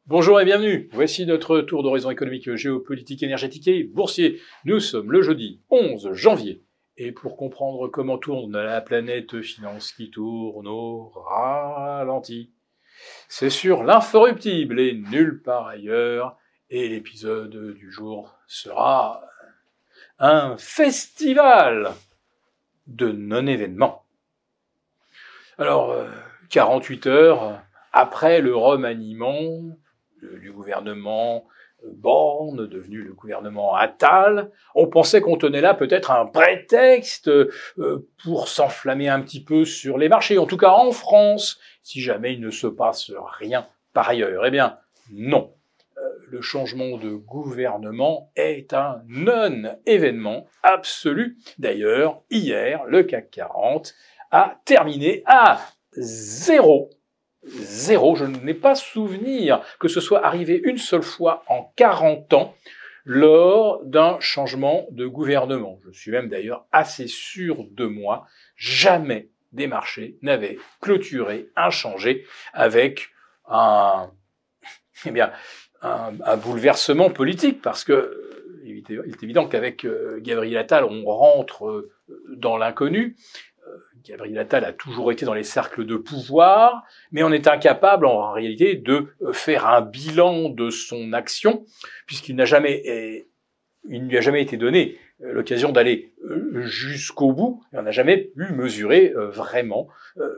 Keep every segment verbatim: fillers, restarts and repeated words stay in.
Bonjour et bienvenue. Voici notre tour d'horizon économique, géopolitique, énergétique et boursier. Nous sommes le jeudi onze janvier. Et pour comprendre comment tourne la planète finance qui tourne au ralenti, c'est sur l'inforruptible et nulle part ailleurs. Et l'épisode du jour sera un festival de non-événements. Alors, quarante-huit heures après le remaniement du gouvernement Borne, devenu le gouvernement Attal, on pensait qu'on tenait là peut-être un prétexte pour s'enflammer un petit peu sur les marchés, en tout cas en France, si jamais il ne se passe rien par ailleurs. Eh bien, non. Le changement de gouvernement est un non-événement absolu. D'ailleurs, hier, le C A C quarante a terminé à zéro. Zéro. Je n'ai pas souvenir que ce soit arrivé une seule fois en quarante ans lors d'un changement de gouvernement. Je suis même d'ailleurs assez sûr de moi. Jamais des marchés n'avaient clôturé, inchangé avec un, eh bien, un, un bouleversement politique, parce que il est évident qu'avec Gabriel Attal, on rentre dans l'inconnu. Gabriel Attal a toujours été dans les cercles de pouvoir, mais on est incapable en réalité de faire un bilan de son action, puisqu'il n'a jamais, il ne lui a jamais été donné l'occasion d'aller jusqu'au bout, et on n'a jamais pu mesurer vraiment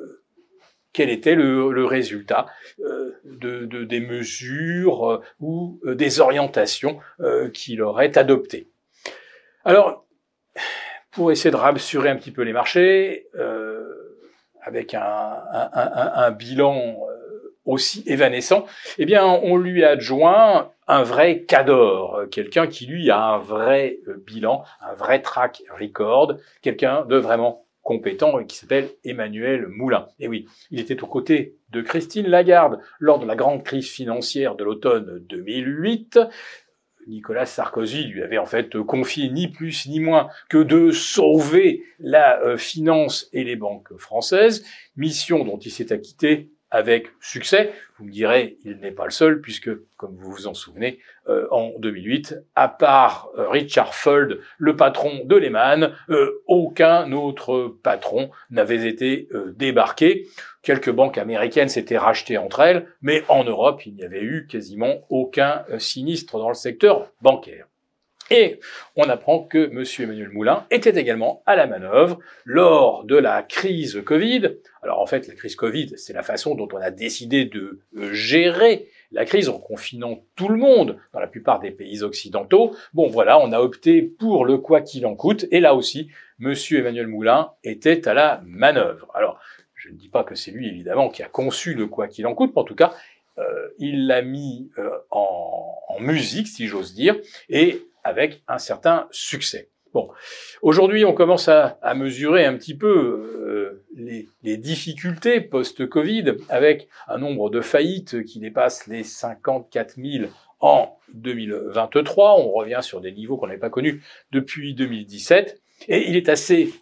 quel était le, le résultat de, de, des mesures ou des orientations qu'il aurait adoptées. Alors, pour essayer de rassurer un petit peu les marchés, euh, avec un, un, un, un bilan aussi évanescent, eh bien, on lui adjoint un vrai cadre, quelqu'un qui, lui, a un vrai bilan, un vrai track record, quelqu'un de vraiment compétent qui s'appelle Emmanuel Moulin. Et oui, il était aux côtés de Christine Lagarde lors de la grande crise financière de l'automne deux mille huit. Nicolas Sarkozy lui avait en fait confié ni plus ni moins que de sauver la euh, finance et les banques françaises, mission dont il s'est acquitté avec succès. Vous me direz, il n'est pas le seul, puisque, comme vous vous en souvenez, euh, en deux mille huit, à part euh, Richard Fuld, le patron de Lehman, euh, aucun autre patron n'avait été euh, débarqué. Quelques banques américaines s'étaient rachetées entre elles, mais en Europe, il n'y avait eu quasiment aucun euh, sinistre dans le secteur bancaire. Et on apprend que M. Emmanuel Moulin était également à la manœuvre lors de la crise Covid. Alors en fait, la crise Covid, c'est la façon dont on a décidé de gérer la crise en confinant tout le monde dans la plupart des pays occidentaux. Bon voilà, on a opté pour le quoi qu'il en coûte. Et là aussi, M. Emmanuel Moulin était à la manœuvre. Alors, je ne dis pas que c'est lui, évidemment, qui a conçu le quoi qu'il en coûte, mais en tout cas, euh, il l'a mis euh, en, en musique, si j'ose dire, et avec un certain succès. Bon, aujourd'hui, on commence à, à mesurer un petit peu euh, les, les difficultés post-Covid, avec un nombre de faillites qui dépasse les cinquante-quatre mille en deux mille vingt-trois. On revient sur des niveaux qu'on n'avait pas connus depuis deux mille dix-sept. Et il est assez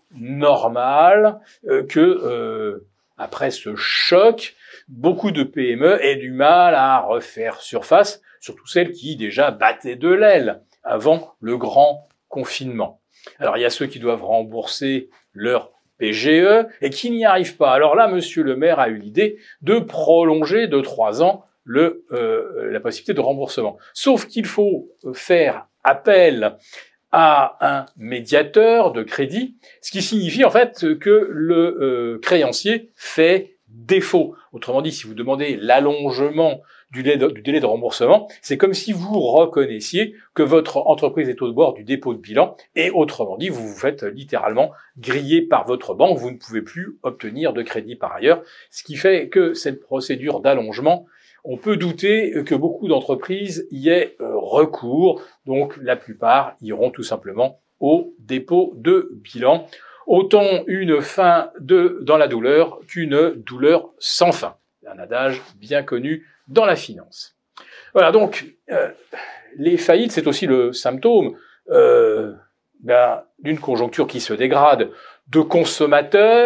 normal euh, que, euh, après ce choc, beaucoup de P M E aient du mal à refaire surface, surtout celles qui déjà battaient de l'aile avant le grand confinement. Alors, il y a ceux qui doivent rembourser leur P G E et qui n'y arrivent pas. Alors là, Monsieur le maire a eu l'idée de prolonger de trois ans le, euh, la possibilité de remboursement. Sauf qu'il faut faire appel à un médiateur de crédit, ce qui signifie en fait que le euh, créancier fait défaut. Autrement dit, si vous demandez l'allongement du délai, de, du délai de remboursement, c'est comme si vous reconnaissiez que votre entreprise est au bord du dépôt de bilan et autrement dit, vous vous faites littéralement griller par votre banque, vous ne pouvez plus obtenir de crédit par ailleurs, ce qui fait que cette procédure d'allongement, on peut douter que beaucoup d'entreprises y aient euh, recours, donc la plupart iront tout simplement au dépôt de bilan. Autant une fin de dans la douleur qu'une douleur sans fin. Un adage bien connu dans la finance. Voilà, donc euh, les faillites, c'est aussi le symptôme euh, ben, d'une conjoncture qui se dégrade, de consommateurs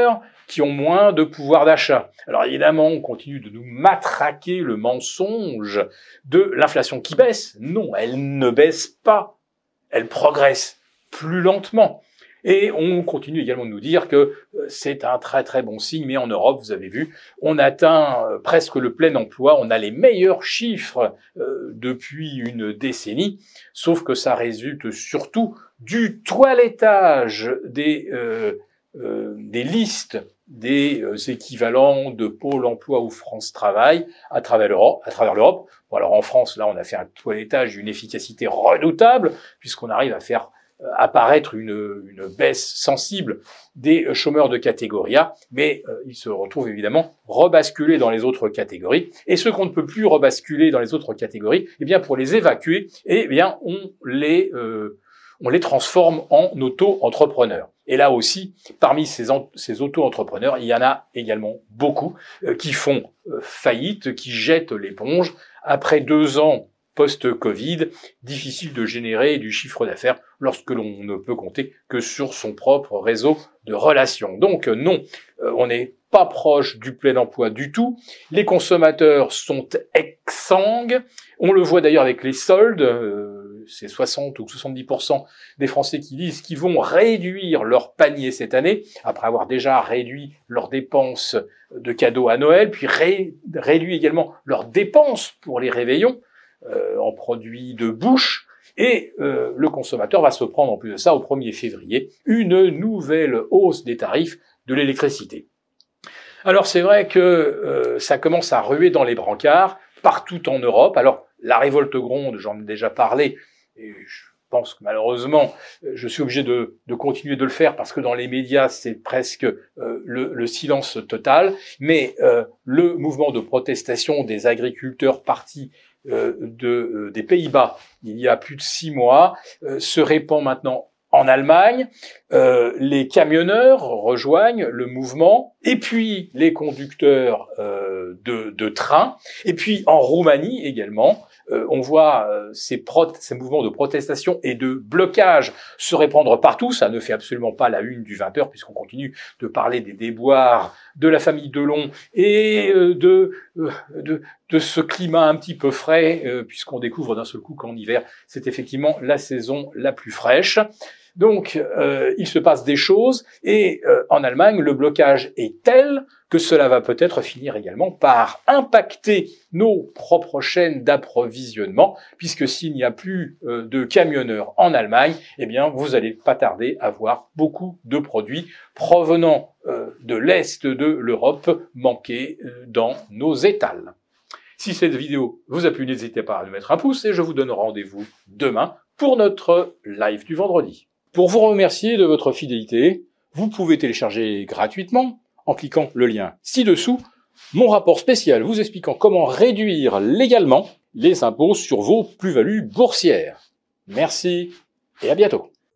qui ont moins de pouvoir d'achat. Alors évidemment, on continue de nous matraquer le mensonge de l'inflation qui baisse. Non, elle ne baisse pas. Elle progresse plus lentement. Et on continue également de nous dire que c'est un très très bon signe, mais en Europe, vous avez vu, on atteint presque le plein emploi, on a les meilleurs chiffres euh, depuis une décennie, sauf que ça résulte surtout du toilettage des, euh, euh, des listes des euh, équivalents de Pôle emploi ou France Travail à travers l'Europe. À travers l'Europe. Bon, alors en France, là, on a fait un toilettage d'une efficacité redoutable, puisqu'on arrive à faire apparaître une, une baisse sensible des chômeurs de catégorie A, mais euh, ils se retrouvent évidemment rebasculés dans les autres catégories. Et ceux qu'on ne peut plus rebasculer dans les autres catégories, eh bien pour les évacuer, eh bien on les euh, on les transforme en auto-entrepreneurs. Et là aussi, parmi ces, ces auto-entrepreneurs, il y en a également beaucoup euh, qui font euh, faillite, qui jettent l'éponge après deux ans post-Covid, difficile de générer du chiffre d'affaires lorsque l'on ne peut compter que sur son propre réseau de relations. Donc non, euh, on n'est pas proche du plein emploi du tout. Les consommateurs sont exsangues. On le voit d'ailleurs avec les soldes. Euh, c'est soixante ou soixante-dix pour cent des Français qui disent qu'ils vont réduire leur panier cette année, après avoir déjà réduit leurs dépenses de cadeaux à Noël, puis ré- réduit également leurs dépenses pour les réveillons. Euh, en produits de bouche, et euh, le consommateur va se prendre en plus de ça au premier février une nouvelle hausse des tarifs de l'électricité. Alors c'est vrai que euh, ça commence à ruer dans les brancards partout en Europe. Alors la révolte gronde, j'en ai déjà parlé, et je pense que malheureusement je suis obligé de, de continuer de le faire parce que dans les médias c'est presque euh, le, le silence total, mais euh, le mouvement de protestation des agriculteurs partis Euh, de, euh, des Pays-Bas, il y a plus de six mois, euh, se répand maintenant en Allemagne. Euh, les camionneurs rejoignent le mouvement, et puis les conducteurs euh, de, de train, et puis en Roumanie également. Euh, on voit euh, ces, pro- ces mouvements de protestation et de blocage se répandre partout. Ça ne fait absolument pas la une du vingt heures, puisqu'on continue de parler des déboires de la famille Delon et euh, de, euh, de, de ce climat un petit peu frais, euh, puisqu'on découvre d'un seul coup qu'en hiver, c'est effectivement la saison la plus fraîche. Donc, euh, il se passe des choses, et euh, en Allemagne, le blocage est tel que cela va peut-être finir également par impacter nos propres chaînes d'approvisionnement, puisque s'il n'y a plus euh, de camionneurs en Allemagne, eh bien, vous allez pas tarder à voir beaucoup de produits provenant euh, de l'Est de l'Europe manquer euh, dans nos étals. Si cette vidéo vous a plu, n'hésitez pas à nous mettre un pouce, et je vous donne rendez-vous demain pour notre live du vendredi. Pour vous remercier de votre fidélité, vous pouvez télécharger gratuitement, en cliquant le lien ci-dessous, mon rapport spécial vous expliquant comment réduire légalement les impôts sur vos plus-values boursières. Merci et à bientôt.